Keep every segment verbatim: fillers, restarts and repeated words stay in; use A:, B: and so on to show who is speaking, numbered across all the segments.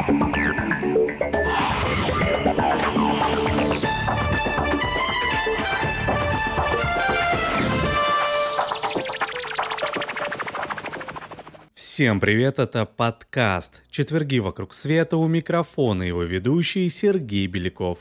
A: Всем привет, это подкаст «Четверги вокруг света», у микрофона его ведущий Сергей Беляков.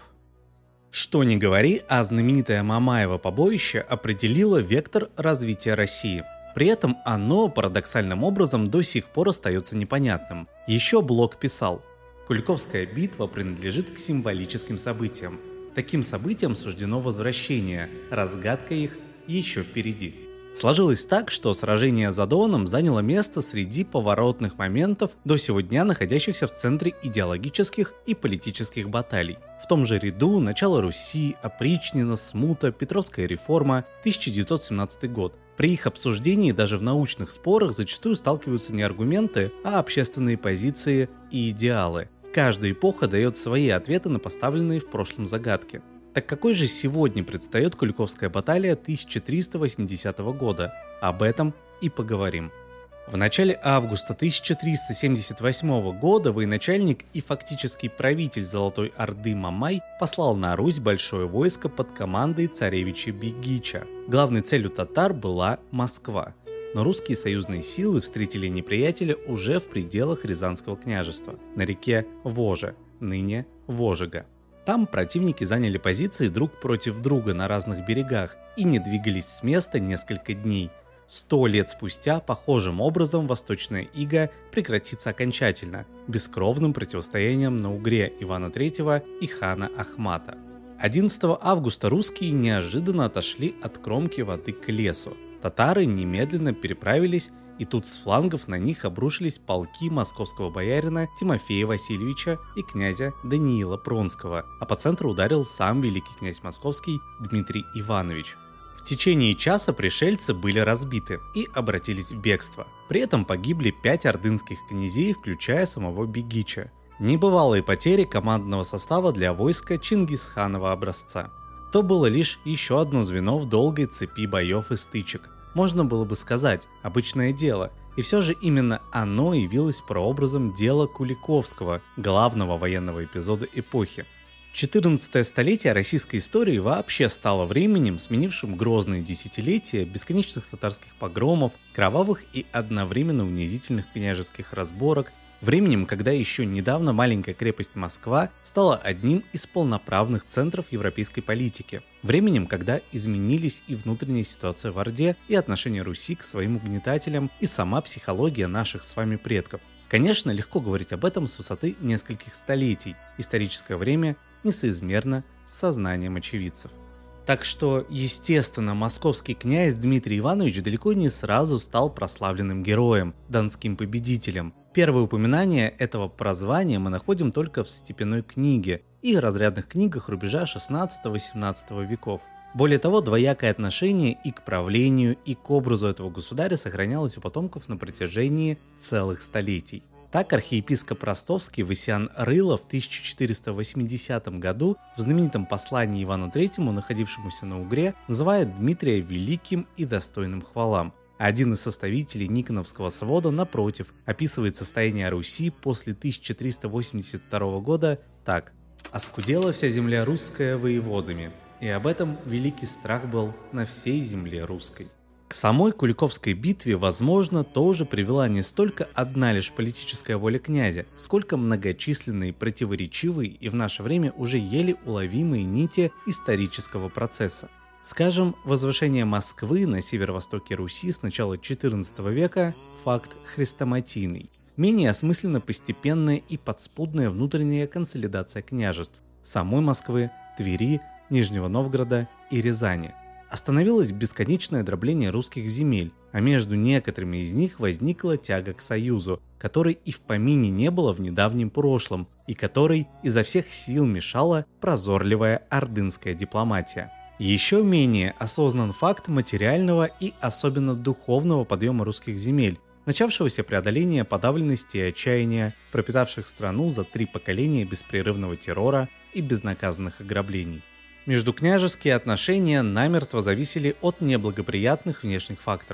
A: Что ни говори, а знаменитое Мамаево побоище определило вектор развития России. При этом оно парадоксальным образом до сих пор остается непонятным. Еще Блок писал: «Куликовская битва принадлежит к символическим событиям. Таким событиям суждено возвращение, разгадка их еще впереди». Сложилось так, что сражение за Доном заняло место среди поворотных моментов, до сего дня находящихся в центре идеологических и политических баталий. В том же ряду начало Руси, опричнина, смута, Петровская реформа, тысяча девятьсот семнадцатый год. При их обсуждении даже в научных спорах зачастую сталкиваются не аргументы, а общественные позиции и идеалы. Каждая эпоха дает свои ответы на поставленные в прошлом загадки. Так какой же сегодня предстает Куликовская баталия тысяча триста восьмидесятого года? Об этом и поговорим. В начале августа тысяча триста семьдесят восьмого года военачальник и фактический правитель Золотой Орды Мамай послал на Русь большое войско под командой царевича Бигича. Главной целью татар была Москва. Но русские союзные силы встретили неприятеля уже в пределах Рязанского княжества, на реке Воже, ныне Волжега. Там противники заняли позиции друг против друга на разных берегах и не двигались с места несколько дней. Сто лет спустя похожим образом Восточная Ига прекратится окончательно, бескровным противостоянием на Угре Ивана третьего и хана Ахмата. одиннадцатого августа русские неожиданно отошли от кромки воды к лесу. Татары немедленно переправились, и тут с флангов на них обрушились полки московского боярина Тимофея Васильевича и князя Даниила Пронского, а по центру ударил сам великий князь московский Дмитрий Иванович. В течение часа пришельцы были разбиты и обратились в бегство. При этом погибли пять ордынских князей, включая самого Бигича. Небывалые потери командного состава для войска Чингисханова образца. То было лишь еще одно звено в долгой цепи боев и стычек. Можно было бы сказать, обычное дело, и все же именно оно явилось прообразом дела Куликовского, главного военного эпизода эпохи. четырнадцатое столетие российской истории вообще стало временем, сменившим грозные десятилетия бесконечных татарских погромов, кровавых и одновременно унизительных княжеских разборок, временем, когда еще недавно маленькая крепость Москва стала одним из полноправных центров европейской политики. Временем, когда изменились и внутренняя ситуация в Орде, и отношение Руси к своим угнетателям, и сама психология наших с вами предков. Конечно, легко говорить об этом с высоты нескольких столетий. Историческое время несоизмерно с сознанием очевидцев. Так что, естественно, московский князь Дмитрий Иванович далеко не сразу стал прославленным героем, донским победителем. Первое упоминание этого прозвания мы находим только в степенной книге и разрядных книгах рубежа шестнадцатого-семнадцатого веков. Более того, двоякое отношение и к правлению, и к образу этого государя сохранялось у потомков на протяжении целых столетий. Так архиепископ ростовский Васян Рыло в тысяча четыреста восьмидесятом году в знаменитом послании Ивану третьему, находившемуся на Угре, называет Дмитрия великим и достойным хвалам. Один из составителей Никоновского свода, напротив, описывает состояние Руси после тысяча триста восемьдесят второго года так: «Оскудела вся земля русская воеводами, и об этом великий страх был на всей земле русской». К самой Куликовской битве, возможно, тоже привела не столько одна лишь политическая воля князя, сколько многочисленные, противоречивые и в наше время уже еле уловимые нити исторического процесса. Скажем, возвышение Москвы на северо-востоке Руси с начала четырнадцатого века – факт хрестоматийный. Менее осмысленно постепенная и подспудная внутренняя консолидация княжеств – самой Москвы, Твери, Нижнего Новгорода и Рязани. Остановилось бесконечное дробление русских земель, а между некоторыми из них возникла тяга к союзу, которой и в помине не было в недавнем прошлом, и которой изо всех сил мешала прозорливая ордынская дипломатия. Еще менее осознан факт материального и особенно духовного подъема русских земель, начавшегося преодоления подавленности и отчаяния, пропитавших страну за три поколения беспрерывного террора и безнаказанных ограблений. Междукняжеские отношения намертво зависели от неблагоприятных внешних факторов.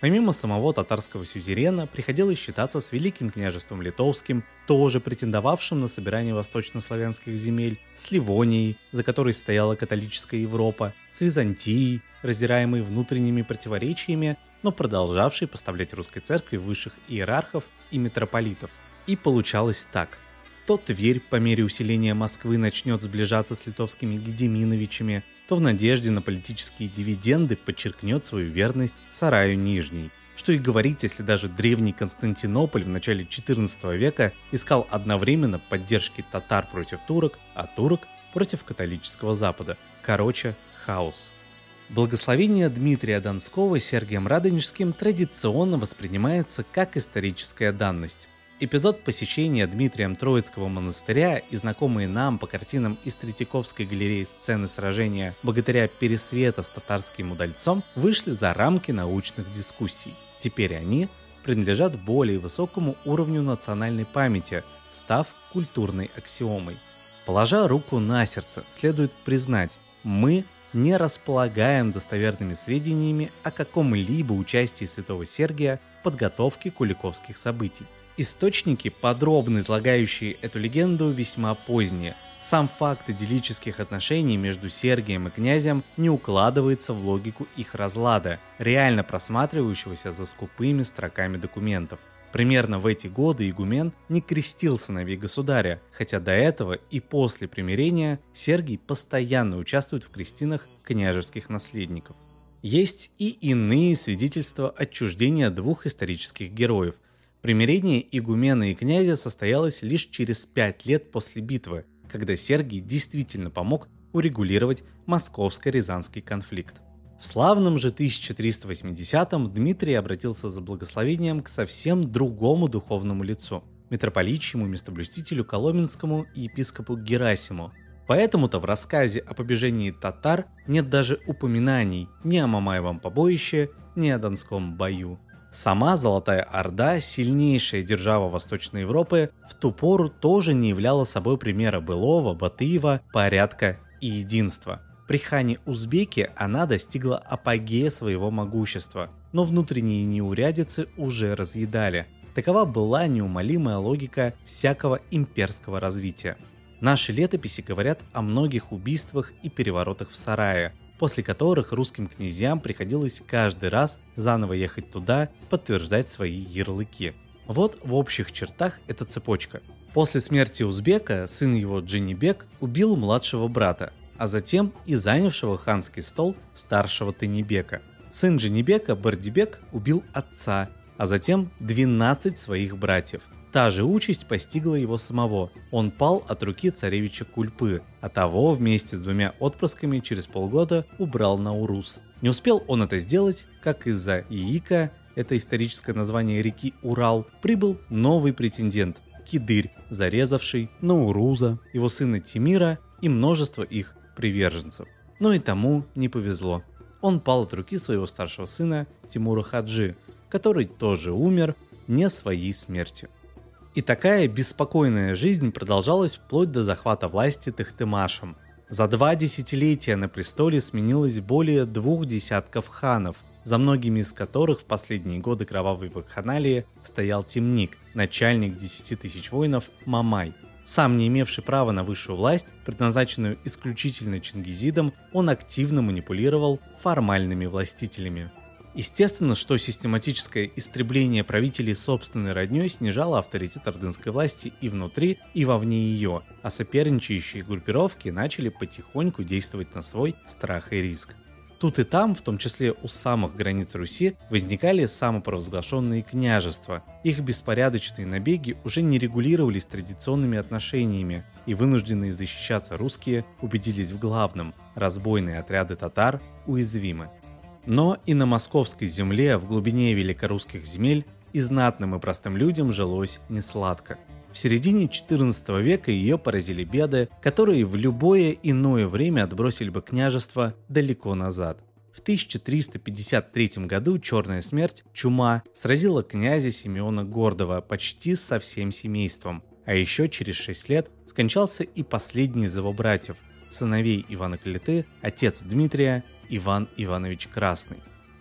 A: Помимо самого татарского сюзерена, приходилось считаться с Великим княжеством Литовским, тоже претендовавшим на собирание восточнославянских земель, с Ливонией, за которой стояла католическая Европа, с Византией, раздираемой внутренними противоречиями, но продолжавшей поставлять русской церкви высших иерархов и митрополитов. И получалось так. То Тверь по мере усиления Москвы начнет сближаться с литовскими Гедеминовичами, то в надежде на политические дивиденды подчеркнет свою верность Сараю Нижней. Что и говорить, если даже древний Константинополь в начале четырнадцатого века искал одновременно поддержки татар против турок, а турок против католического Запада. Короче, хаос. Благословение Дмитрия Донского Сергием Радонежским традиционно воспринимается как историческая данность. Эпизод посещения Дмитрием Троицкого монастыря и знакомые нам по картинам из Третьяковской галереи сцены сражения богатыря Пересвета с татарским удальцом вышли за рамки научных дискуссий. Теперь они принадлежат более высокому уровню национальной памяти, став культурной аксиомой. Положа руку на сердце, следует признать, мы не располагаем достоверными сведениями о каком-либо участии святого Сергия в подготовке куликовских событий. Источники, подробно излагающие эту легенду, весьма поздние. Сам факт идиллических отношений между Сергием и князем не укладывается в логику их разлада, реально просматривающегося за скупыми строками документов. Примерно в эти годы игумен не крестил сыновей государя, хотя до этого и после примирения Сергий постоянно участвует в крестинах княжеских наследников. Есть и иные свидетельства отчуждения двух исторических героев. Примирение игумена и князя состоялось лишь через пять лет после битвы, когда Сергий действительно помог урегулировать московско-рязанский конфликт. В славном же тысяча триста восьмидесятом Дмитрий обратился за благословением к совсем другому духовному лицу – митрополичьему местоблюстителю Коломенскому и епископу Герасиму. Поэтому-то в рассказе о побежении татар нет даже упоминаний ни о Мамаевом побоище, ни о Донском бою. Сама Золотая Орда, сильнейшая держава Восточной Европы, в ту пору тоже не являла собой примера былого, Батыева, порядка и единства. При хане Узбеке она достигла апогея своего могущества, но внутренние неурядицы уже разъедали. Такова была неумолимая логика всякого имперского развития. Наши летописи говорят о многих убийствах и переворотах в Сарае, после которых русским князьям приходилось каждый раз заново ехать туда, подтверждать свои ярлыки. Вот в общих чертах эта цепочка. После смерти Узбека сын его Дженибек убил младшего брата, а затем и занявшего ханский стол старшего Тынибека. Сын Дженибека, Бардибек, убил отца, а затем двенадцать своих братьев. Та же участь постигла его самого. Он пал от руки царевича Кульпы, а того вместе с двумя отпрысками через полгода убрал на Урус. Не успел он это сделать, как из-за Яика, это историческое название реки Урал, прибыл новый претендент – Кидырь, зарезавший Науруза, его сына Тимира и множество их приверженцев. Но и тому не повезло. Он пал от руки своего старшего сына Тимура Хаджи, который тоже умер не своей смертью. И такая беспокойная жизнь продолжалась вплоть до захвата власти Тохтемашем. За два десятилетия на престоле сменилось более двух десятков ханов, за многими из которых в последние годы кровавой вакханалии стоял Темник, начальник десяти тысяч воинов Мамай. Сам не имевший права на высшую власть, предназначенную исключительно Чингизидом, он активно манипулировал формальными властителями. Естественно, что систематическое истребление правителей собственной роднёй снижало авторитет ордынской власти и внутри, и вовне ее, а соперничающие группировки начали потихоньку действовать на свой страх и риск. Тут и там, в том числе у самых границ Руси, возникали самопровозглашенные княжества. Их беспорядочные набеги уже не регулировались традиционными отношениями, и вынужденные защищаться русские убедились в главном – разбойные отряды татар уязвимы. Но и на московской земле, в глубине великорусских земель, и знатным и простым людям жилось несладко. В середине четырнадцатого века ее поразили беды, которые в любое иное время отбросили бы княжество далеко назад. В тысяча триста пятьдесят третьем году Черная смерть, чума, сразила князя Симеона Гордого почти со всем семейством, а еще через шесть лет скончался и последний из его братьев, сыновей Ивана Калиты, отец Дмитрия, Иван Иванович Красный.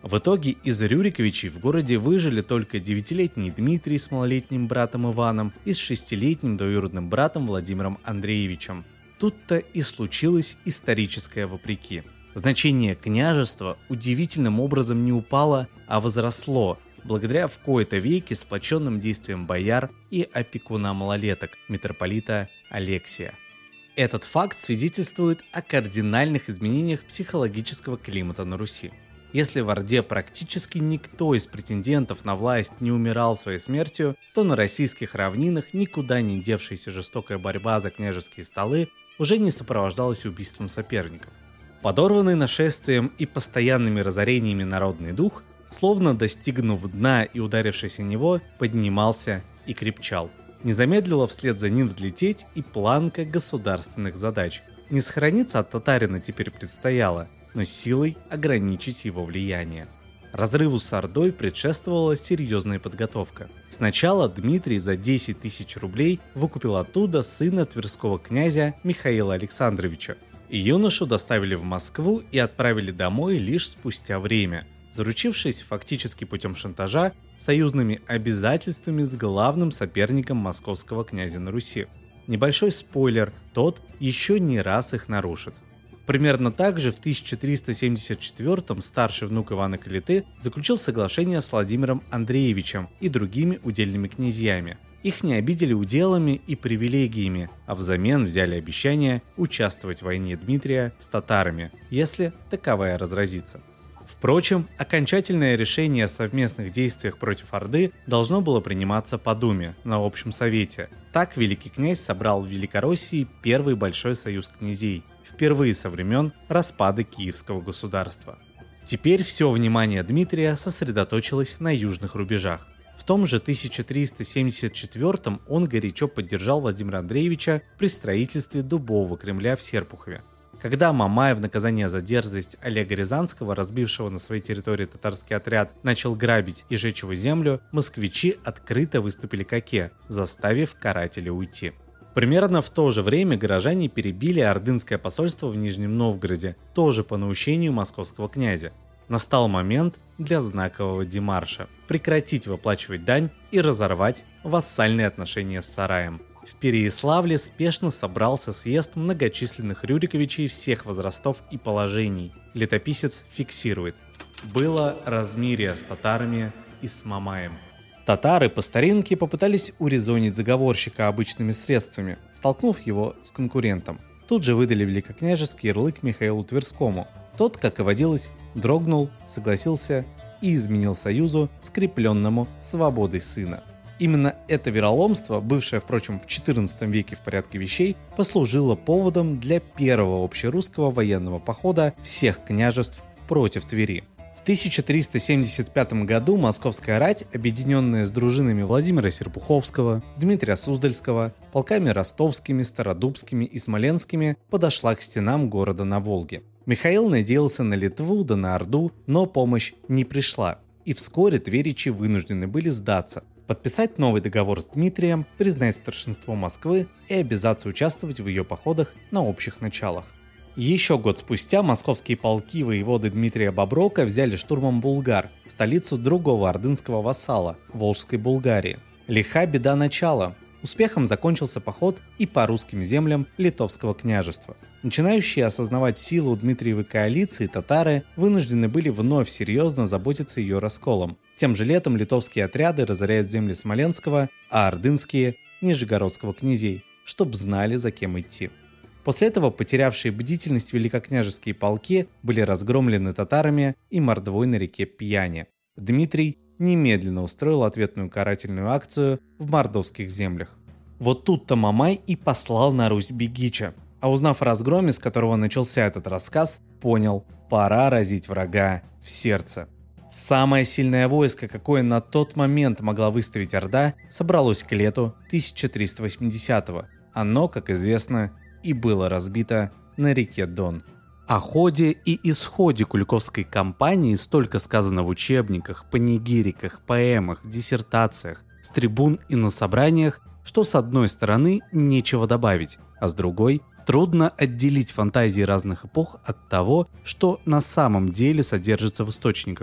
A: В итоге из Рюриковичей в городе выжили только девятилетний Дмитрий с малолетним братом Иваном и с шестилетним двоюродным братом Владимиром Андреевичем. Тут-то и случилось историческое вопреки. Значение княжества удивительным образом не упало, а возросло, благодаря в кои-то веки сплоченным действиям бояр и опекуна малолеток, митрополита Алексия. Этот факт свидетельствует о кардинальных изменениях психологического климата на Руси. Если в Орде практически никто из претендентов на власть не умирал своей смертью, то на российских равнинах никуда не девшаяся жестокая борьба за княжеские столы уже не сопровождалась убийством соперников. Подорванный нашествием и постоянными разорениями народный дух, словно достигнув дна и ударившись о него, поднимался и крепчал. Не замедлила вслед за ним взлететь и планка государственных задач. Не сохраниться от татарина теперь предстояло, но силой ограничить его влияние. Разрыву с Ордой предшествовала серьезная подготовка. Сначала Дмитрий за десять тысяч рублей выкупил оттуда сына тверского князя Михаила Александровича. И юношу доставили в Москву и отправили домой лишь спустя время, заручившись фактически путем шантажа союзными обязательствами с главным соперником московского князя на Руси. Небольшой спойлер, тот еще не раз их нарушит. Примерно так же в тысяча триста семьдесят четвёртом старший внук Ивана Калиты заключил соглашение с Владимиром Андреевичем и другими удельными князьями. Их не обидели уделами и привилегиями, а взамен взяли обещание участвовать в войне Дмитрия с татарами, если таковая разразится. Впрочем, окончательное решение о совместных действиях против Орды должно было приниматься по Думе, на общем совете. Так великий князь собрал в Великороссии первый большой союз князей, впервые со времен распада Киевского государства. Теперь все внимание Дмитрия сосредоточилось на южных рубежах. В том же тысяча триста семьдесят четвёртом он горячо поддержал Владимира Андреевича при строительстве Дубового Кремля в Серпухове. Когда Мамай в наказание за дерзость Олега Рязанского, разбившего на своей территории татарский отряд, начал грабить и жечь его землю, москвичи открыто выступили к Оке, заставив карателя уйти. Примерно в то же время горожане перебили ордынское посольство в Нижнем Новгороде, тоже по наущению московского князя. Настал момент для знакового демарша – прекратить выплачивать дань и разорвать вассальные отношения с Сараем. В Переяславле спешно собрался съезд многочисленных Рюриковичей всех возрастов и положений. Летописец фиксирует: было размирие с татарами и с Мамаем. Татары по старинке попытались урезонить заговорщика обычными средствами, столкнув его с конкурентом. Тут же выдали великокняжеский ярлык Михаилу Тверскому. Тот, как и водилось, дрогнул, согласился и изменил союзу, скрепленному свободой сына. Именно это вероломство, бывшее, впрочем, в четырнадцатом веке в порядке вещей, послужило поводом для первого общерусского военного похода всех княжеств против Твери. В тысяча триста семьдесят пятом году московская рать, объединенная с дружинами Владимира Серпуховского, Дмитрия Суздальского, полками ростовскими, стародубскими и смоленскими, подошла к стенам города на Волге. Михаил надеялся на Литву да на Орду, но помощь не пришла, и вскоре тверичи вынуждены были сдаться, подписать новый договор с Дмитрием, признать старшинство Москвы и обязаться участвовать в ее походах на общих началах. Еще год спустя московские полки воеводы Дмитрия Боброка взяли штурмом Булгар, столицу другого ордынского вассала – Волжской Булгарии. Лиха беда начала. Успехом закончился поход и по русским землям Литовского княжества. Начинающие осознавать силу Дмитриевой коалиции татары вынуждены были вновь серьезно заботиться ее расколом. Тем же летом литовские отряды разоряют земли Смоленского, а ордынские – Нижегородского князей, чтоб знали, за кем идти. После этого потерявшие бдительность великокняжеские полки были разгромлены татарами и мордвой на реке Пьяне. Дмитрий немедленно устроил ответную карательную акцию в мордовских землях. Вот тут-то Мамай и послал на Русь Бегича, а узнав о разгроме, с которого начался этот рассказ, понял – пора разить врага в сердце. Самое сильное войско, какое на тот момент могла выставить Орда, собралось к лету тысяча триста восьмидесятого. Оно, как известно, и было разбито на реке Дон. О ходе и исходе Куликовской кампании столько сказано в учебниках, панигириках, поэмах, диссертациях, с трибун и на собраниях, что с одной стороны нечего добавить, а с другой трудно отделить фантазии разных эпох от того, что на самом деле содержится в источниках.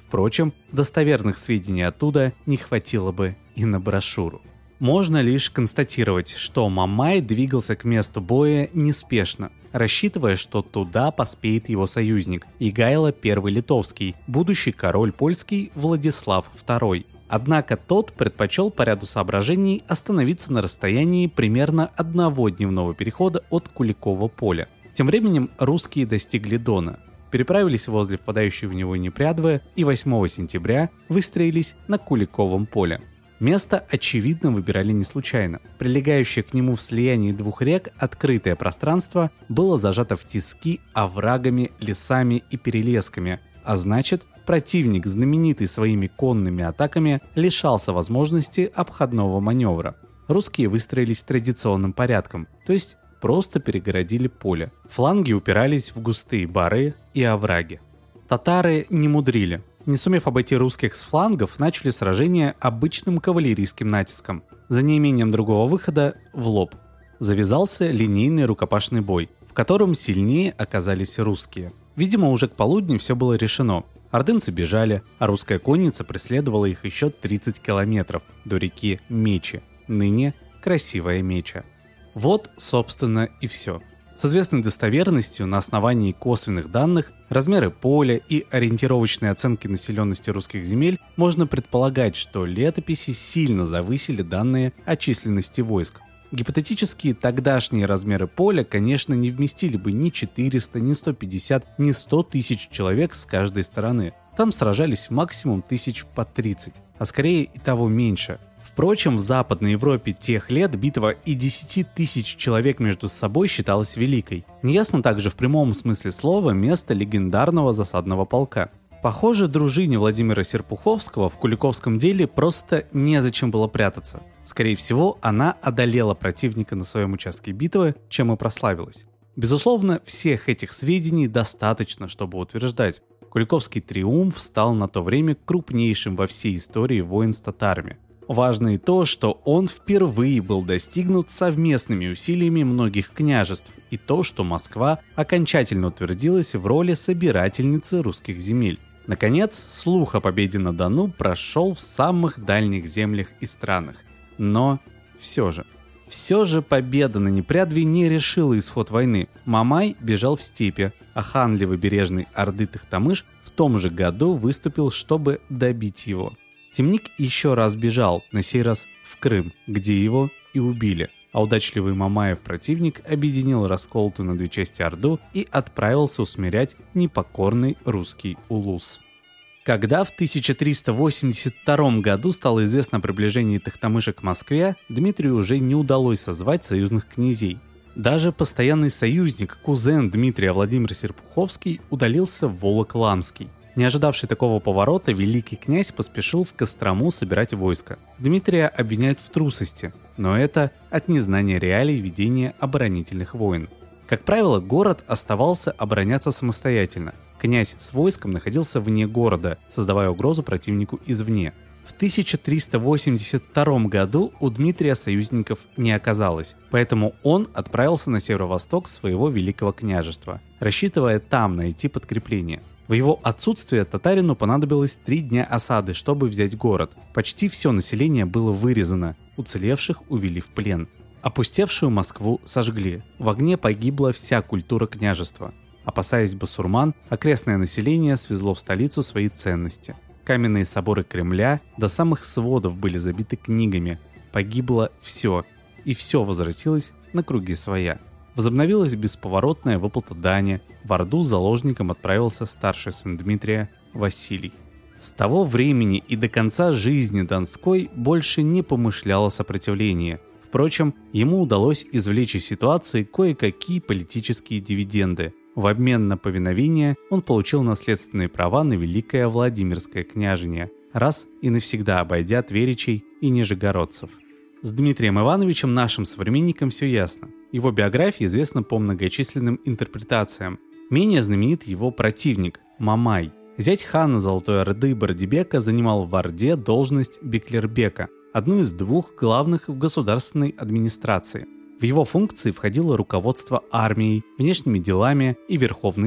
A: Впрочем, достоверных сведений оттуда не хватило бы и на брошюру. Можно лишь констатировать, что Мамай двигался к месту боя неспешно, рассчитывая, что туда поспеет его союзник Игайло I Литовский, будущий король польский Владислав второй. Однако тот предпочел по ряду соображений остановиться на расстоянии примерно одного дневного перехода от Куликового поля. Тем временем русские достигли Дона, переправились возле впадающей в него Непрядвы и восьмого сентября выстроились на Куликовом поле. Место, очевидно, выбирали не случайно. Прилегающее к нему в слиянии двух рек открытое пространство было зажато в тиски оврагами, лесами и перелесками, а значит, противник, знаменитый своими конными атаками, лишался возможности обходного маневра. Русские выстроились традиционным порядком, то есть просто перегородили поле. Фланги упирались в густые бары и овраги. Татары не мудрили. Не сумев обойти русских с флангов, начали сражение обычным кавалерийским натиском. За неимением другого выхода – в лоб. Завязался линейный рукопашный бой, в котором сильнее оказались русские. Видимо, уже к полудню все было решено. Ордынцы бежали, а русская конница преследовала их еще тридцать километров до реки Мечи, ныне Красивая Меча. Вот, собственно, и все. С известной достоверностью на основании косвенных данных, размеры поля и ориентировочной оценки населенности русских земель можно предполагать, что летописи сильно завысили данные о численности войск. Гипотетические тогдашние размеры поля, конечно, не вместили бы ни четыреста, ни сто пятьдесят, ни сто тысяч человек с каждой стороны. Там сражались максимум тысяч по тридцать, а скорее и того меньше. Впрочем, в Западной Европе тех лет битва и десяти тысяч человек между собой считалась великой. Неясно также в прямом смысле слова место легендарного засадного полка. Похоже, дружине Владимира Серпуховского в Куликовском деле просто незачем было прятаться. Скорее всего, она одолела противника на своем участке битвы, чем и прославилась. Безусловно, всех этих сведений достаточно, чтобы утверждать: Куликовский триумф стал на то время крупнейшим во всей истории войн с татарами. Важно и то, что он впервые был достигнут совместными усилиями многих княжеств, и то, что Москва окончательно утвердилась в роли собирательницы русских земель. Наконец, слух о победе на Дону прошел в самых дальних землях и странах. Но все же, все же победа на Непрядве не решила исход войны. Мамай бежал в степи, а хан левобережной Орды Тохтамыш в том же году выступил, чтобы добить его. Темник еще раз бежал, на сей раз в Крым, где его и убили. А удачливый Мамаев противник объединил расколотую на две части Орду и отправился усмирять непокорный русский улус. Когда в тысяча триста восемьдесят втором году стало известно о приближении Тохтамыша к Москве, Дмитрию уже не удалось созвать союзных князей. Даже постоянный союзник, кузен Дмитрия Владимир Серпуховский, удалился в Волоколамский. Не ожидавший такого поворота, великий князь поспешил в Кострому собирать войско. Дмитрия обвиняют в трусости, но это от незнания реалий ведения оборонительных войн. Как правило, город оставался обороняться самостоятельно. Князь с войском находился вне города, создавая угрозу противнику извне. В тысяча триста восемьдесят втором году у Дмитрия союзников не оказалось, поэтому он отправился на северо-восток своего великого княжества, рассчитывая там найти подкрепление. В его отсутствие татарину понадобилось три дня осады, чтобы взять город. Почти все население было вырезано, уцелевших увели в плен. Опустевшую Москву сожгли, в огне погибла вся культура княжества. Опасаясь басурман, окрестное население свезло в столицу свои ценности. Каменные соборы Кремля до самых сводов были забиты книгами. Погибло все, и все возвратилось на круги своя. Возобновилась бесповоротная выплата дани, в Орду заложником отправился старший сын Дмитрия Василий. С того времени и до конца жизни Донской больше не помышлял о сопротивлении. Впрочем, ему удалось извлечь из ситуации кое-какие политические дивиденды. В обмен на повиновение он получил наследственные права на Великое Владимирское княжение, раз и навсегда обойдя тверичей и нижегородцев. С Дмитрием Ивановичем, нашим современникам, все ясно. Его биография известна по многочисленным интерпретациям. Менее знаменит его противник – Мамай. Зять хана Золотой Орды Бардибека занимал в Орде должность Беклербека, одну из двух главных в государственной администрации. В его функции входило руководство армией, внешними делами и Верховный суд.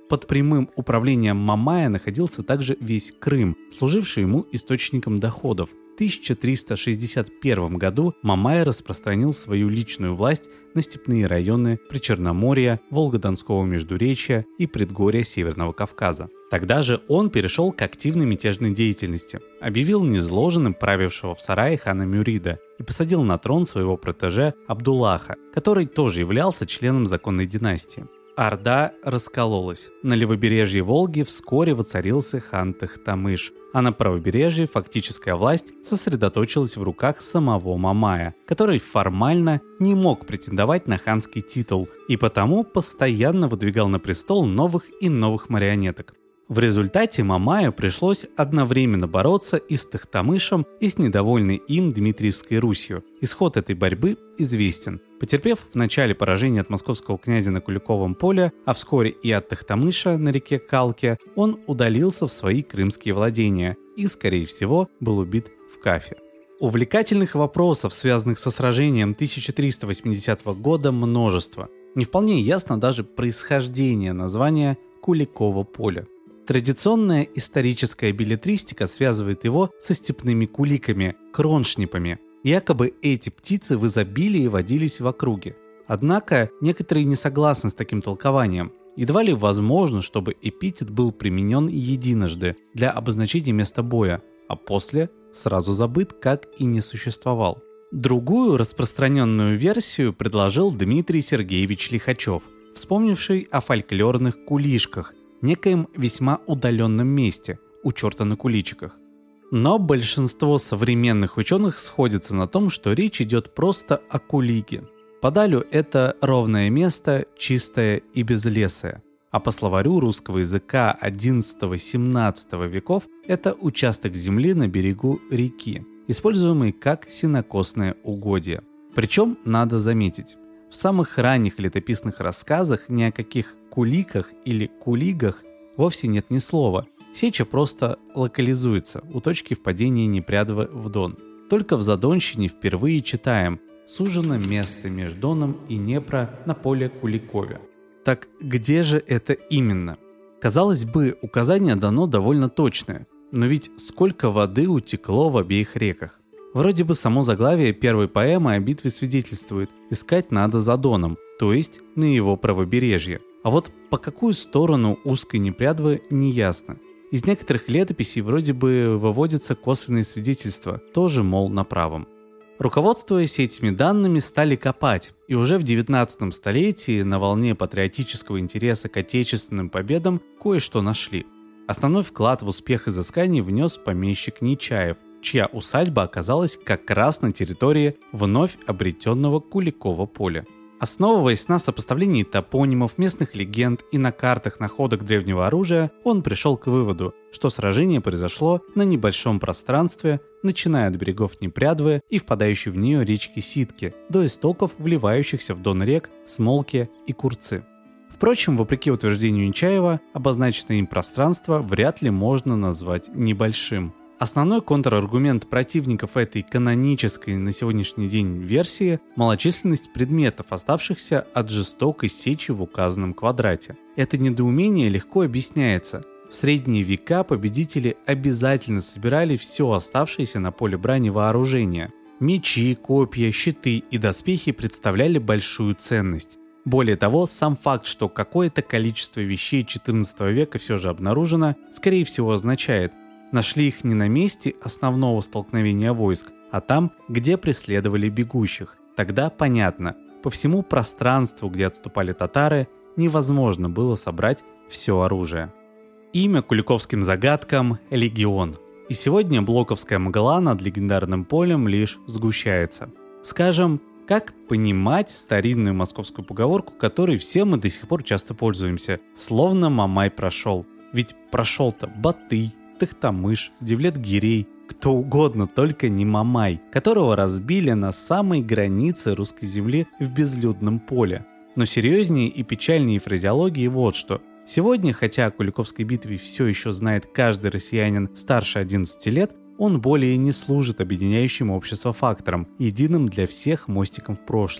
A: Под прямым управлением Мамая находился также весь Крым, служивший ему источником доходов. В тысяча триста шестьдесят первом году Мамай распространил свою личную власть на степные районы Причерноморья, Волго-Донского междуречья и предгорья Северного Кавказа. Тогда же он перешел к активной мятежной деятельности, объявил низложенным правившего в сарае хана Мюрида и посадил на трон своего протеже Абдуллаха, который тоже являлся членом законной династии. Орда раскололась. На левобережье Волги вскоре воцарился хан Тохтамыш, а на правобережье фактическая власть сосредоточилась в руках самого Мамая, который формально не мог претендовать на ханский титул и потому постоянно выдвигал на престол новых и новых марионеток. В результате Мамаю пришлось одновременно бороться и с Тохтамышем, и с недовольной им Дмитриевской Русью. Исход этой борьбы известен. Потерпев вначале поражение от московского князя на Куликовом поле, а вскоре и от Тохтамыша на реке Калке, он удалился в свои крымские владения и, скорее всего, был убит в Кафе. Увлекательных вопросов, связанных со сражением тысяча триста восьмидесятого года, множество. Не вполне ясно даже происхождение названия Куликово поле. Традиционная историческая беллетристика связывает его со степными куликами, кроншнипами. Якобы эти птицы в изобилии водились в округе. Однако некоторые не согласны с таким толкованием. Едва ли возможно, чтобы эпитет был применен единожды для обозначения места боя, а после сразу забыт, как и не существовал. Другую распространенную версию предложил Дмитрий Сергеевич Лихачев, вспомнивший о фольклорных кулишках, некоем весьма удаленном месте, у черта на куличиках. Но большинство современных ученых сходятся на том, что речь идет просто о кулике. Подалю это ровное место, чистое и безлесое. А по словарю русского языка одиннадцатого-семнадцатого веков это участок земли на берегу реки, используемый как сенокосное угодье. Причем, надо заметить, в самых ранних летописных рассказах ни о каких куликах или кулигах вовсе нет ни слова. Сеча просто локализуется у точки впадения Непрядвы в Дон. Только в Задонщине впервые читаем «Сужено место между Доном и Днепра на поле Куликове». Так где же это именно? Казалось бы, указание дано довольно точное, но ведь сколько воды утекло в обеих реках. Вроде бы само заглавие первой поэмы о битве свидетельствует: искать надо за Доном, то есть на его правобережье. А вот по какую сторону узкой Непрядвы не ясно. Из некоторых летописей вроде бы выводятся косвенные свидетельства, тоже, мол, на правом. Руководствуясь этими данными, стали копать, и уже в девятнадцатом столетии на волне патриотического интереса к отечественным победам кое-что нашли. Основной вклад в успех изысканий внес помещик Нечаев, чья усадьба оказалась как раз на территории вновь обретенного Куликово поля. Основываясь на сопоставлении топонимов, местных легенд и на картах находок древнего оружия, он пришел к выводу, что сражение произошло на небольшом пространстве, начиная от берегов Непрядвы и впадающей в нее речки Ситки, до истоков, вливающихся в Дон рек Смолки и Курцы. Впрочем, вопреки утверждению Нечаева, обозначенное им пространство вряд ли можно назвать небольшим. Основной контраргумент противников этой канонической на сегодняшний день версии – малочисленность предметов, оставшихся от жестокой сечи в указанном квадрате. Это недоумение легко объясняется. В средние века победители обязательно собирали все оставшееся на поле брани вооружение. Мечи, копья, щиты и доспехи представляли большую ценность. Более того, сам факт, что какое-то количество вещей четырнадцатого века все же обнаружено, скорее всего означает – нашли их не на месте основного столкновения войск, а там, где преследовали бегущих. Тогда понятно, по всему пространству, где отступали татары, невозможно было собрать все оружие. Имя куликовским загадкам – Легион. И сегодня блоковская мгла над легендарным полем лишь сгущается. Скажем, как понимать старинную московскую поговорку, которой все мы до сих пор часто пользуемся, словно Мамай прошел. Ведь прошел-то Батый, Тохтамыш, Девлет-Гирей, кто угодно, только не Мамай, которого разбили на самой границе русской земли в безлюдном поле. Но серьезнее и печальнее фразеологии вот что. Сегодня, хотя о Куликовской битве все еще знает каждый россиянин старше одиннадцати лет, он более не служит объединяющим общество фактором, единым для всех мостиком в прошлое.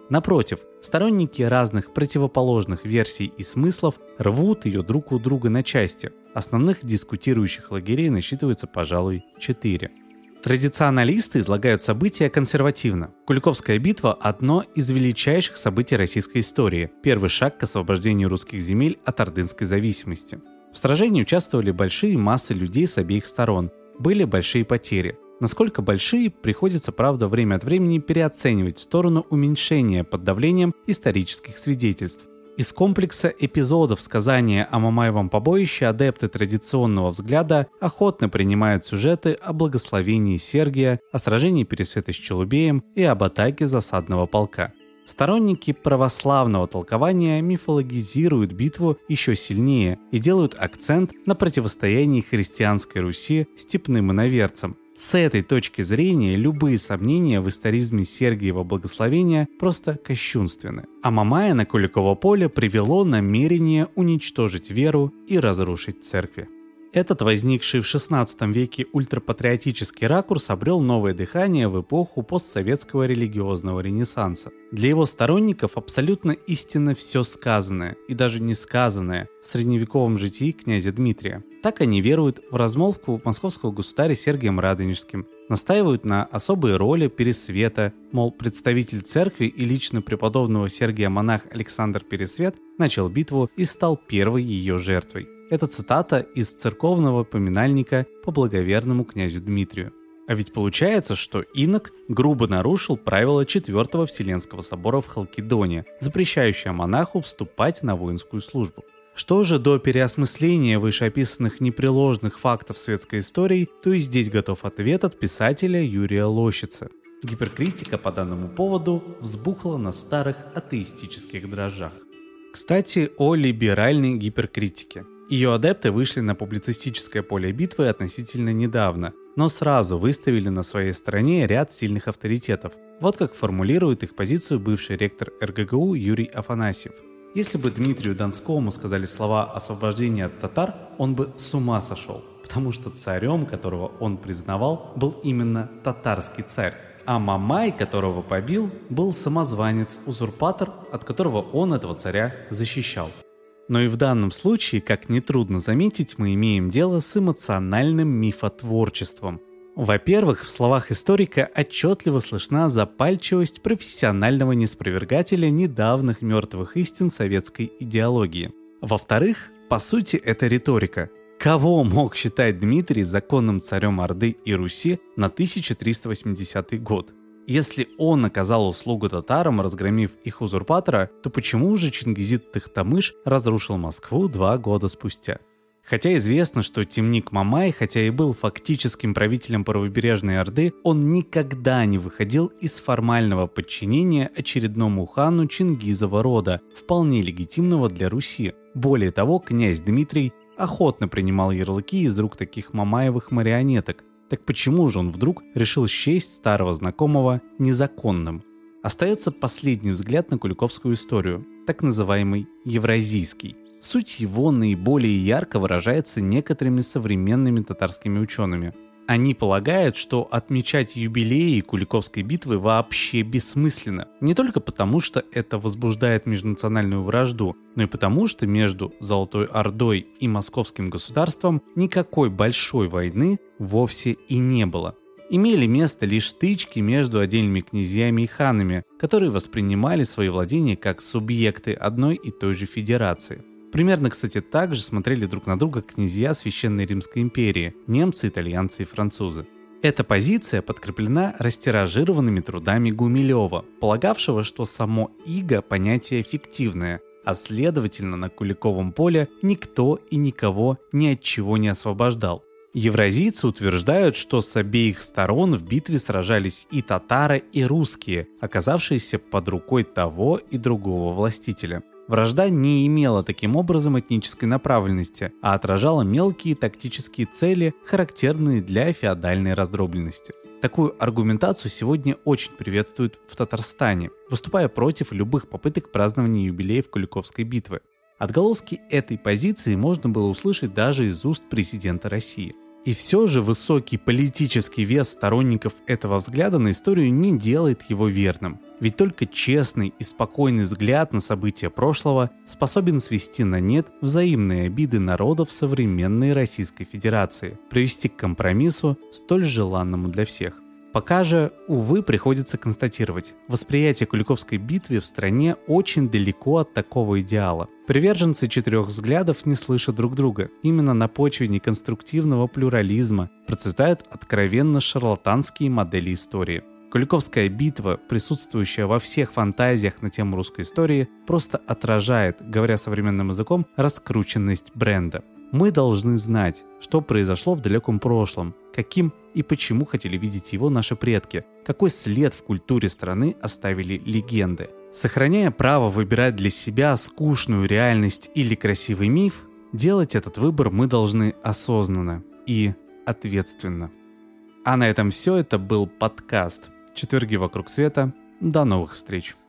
A: Напротив, сторонники разных противоположных версий и смыслов рвут ее друг у друга на части. Основных дискутирующих лагерей насчитывается, пожалуй, четыре. Традиционалисты излагают события консервативно. Куликовская битва – одно из величайших событий российской истории, первый шаг к освобождению русских земель от ордынской зависимости. В сражении участвовали большие массы людей с обеих сторон, были большие потери. Насколько большие, приходится, правда, время от времени переоценивать в сторону уменьшения под давлением исторических свидетельств. Из комплекса эпизодов сказания о Мамаевом побоище адепты традиционного взгляда охотно принимают сюжеты о благословении Сергия, о сражении Пересвета с Челубеем и об атаке засадного полка. Сторонники православного толкования мифологизируют битву еще сильнее и делают акцент на противостоянии христианской Руси степным иноверцам. С этой точки зрения любые сомнения в историзме Сергиева благословения просто кощунственны. А Мамая на Куликово поле привело намерение уничтожить веру и разрушить церкви. Этот возникший в шестнадцатом веке ультрапатриотический ракурс обрел новое дыхание в эпоху постсоветского религиозного ренессанса. Для его сторонников абсолютно истинно все сказанное и даже несказанное в средневековом житии князя Дмитрия. Так они веруют в размолвку московского государя Сергием Радонежским, настаивают на особой роли Пересвета, мол, представитель церкви и лично преподобного Сергия монах Александр Пересвет начал битву и стал первой ее жертвой. Это цитата из церковного поминальника по благоверному князю Дмитрию. А ведь получается, что инок грубо нарушил правила Четвертого Вселенского собора в Халкидоне, запрещающее монаху вступать на воинскую службу. Что же до переосмысления вышеописанных непреложных фактов светской истории, то и здесь готов ответ от писателя Юрия Лощица. Гиперкритика по данному поводу взбухла на старых атеистических дрожжах. Кстати, о либеральной гиперкритике. Ее адепты вышли на публицистическое поле битвы относительно недавно, но сразу выставили на своей стороне ряд сильных авторитетов. Вот как формулирует их позицию бывший ректор эр гэ гэ у Юрий Афанасьев. Если бы Дмитрию Донскому сказали слова освобождения от татар, он бы с ума сошел, потому что царем, которого он признавал, был именно татарский царь. А Мамай, которого побил, был самозванец-узурпатор, от которого он этого царя защищал. Но и в данном случае, как нетрудно заметить, мы имеем дело с эмоциональным мифотворчеством. Во-первых, в словах историка отчетливо слышна запальчивость профессионального неспровергателя недавних мертвых истин советской идеологии. Во-вторых, по сути, это риторика. Кого мог считать Дмитрий законным царем Орды и Руси на тысяча триста восьмидесятый год? Если он оказал услугу татарам, разгромив их узурпатора, то почему же Чингизид Тохтамыш разрушил Москву два года спустя? Хотя известно, что темник Мамай, хотя и был фактическим правителем правобережной Орды, он никогда не выходил из формального подчинения очередному хану Чингизова рода, вполне легитимного для Руси. Более того, князь Дмитрий охотно принимал ярлыки из рук таких мамаевых марионеток. Так почему же он вдруг решил счесть старого знакомого незаконным? Остается последний взгляд на куликовскую историю, так называемый евразийский. Суть его наиболее ярко выражается некоторыми современными татарскими учеными. Они полагают, что отмечать юбилеи Куликовской битвы вообще бессмысленно. Не только потому, что это возбуждает межнациональную вражду, но и потому, что между Золотой Ордой и Московским государством никакой большой войны вовсе и не было. Имели место лишь стычки между отдельными князьями и ханами, которые воспринимали свои владения как субъекты одной и той же федерации. Примерно, кстати, так же смотрели друг на друга князья Священной Римской империи, немцы, итальянцы и французы. Эта позиция подкреплена растиражированными трудами Гумилева, полагавшего, что само иго – понятие фиктивное, а следовательно на Куликовом поле никто и никого ни от чего не освобождал. Евразийцы утверждают, что с обеих сторон в битве сражались и татары, и русские, оказавшиеся под рукой того и другого властителя. Вражда не имела таким образом этнической направленности, а отражала мелкие тактические цели, характерные для феодальной раздробленности. Такую аргументацию сегодня очень приветствуют в Татарстане, выступая против любых попыток празднования юбилеев Куликовской битвы. Отголоски этой позиции можно было услышать даже из уст президента России. И все же высокий политический вес сторонников этого взгляда на историю не делает его верным. Ведь только честный и спокойный взгляд на события прошлого способен свести на нет взаимные обиды народов современной Российской Федерации, привести к компромиссу, столь желанному для всех. Пока же, увы, приходится констатировать, восприятие Куликовской битвы в стране очень далеко от такого идеала. Приверженцы четырех взглядов не слышат друг друга. Именно на почве неконструктивного плюрализма процветают откровенно шарлатанские модели истории. Куликовская битва, присутствующая во всех фантазиях на тему русской истории, просто отражает, говоря современным языком, раскрученность бренда. Мы должны знать, что произошло в далеком прошлом, каким и почему хотели видеть его наши предки, какой след в культуре страны оставили легенды. Сохраняя право выбирать для себя скучную реальность или красивый миф, делать этот выбор мы должны осознанно и ответственно. А на этом все. Это был подкаст «Четверги вокруг света». До новых встреч!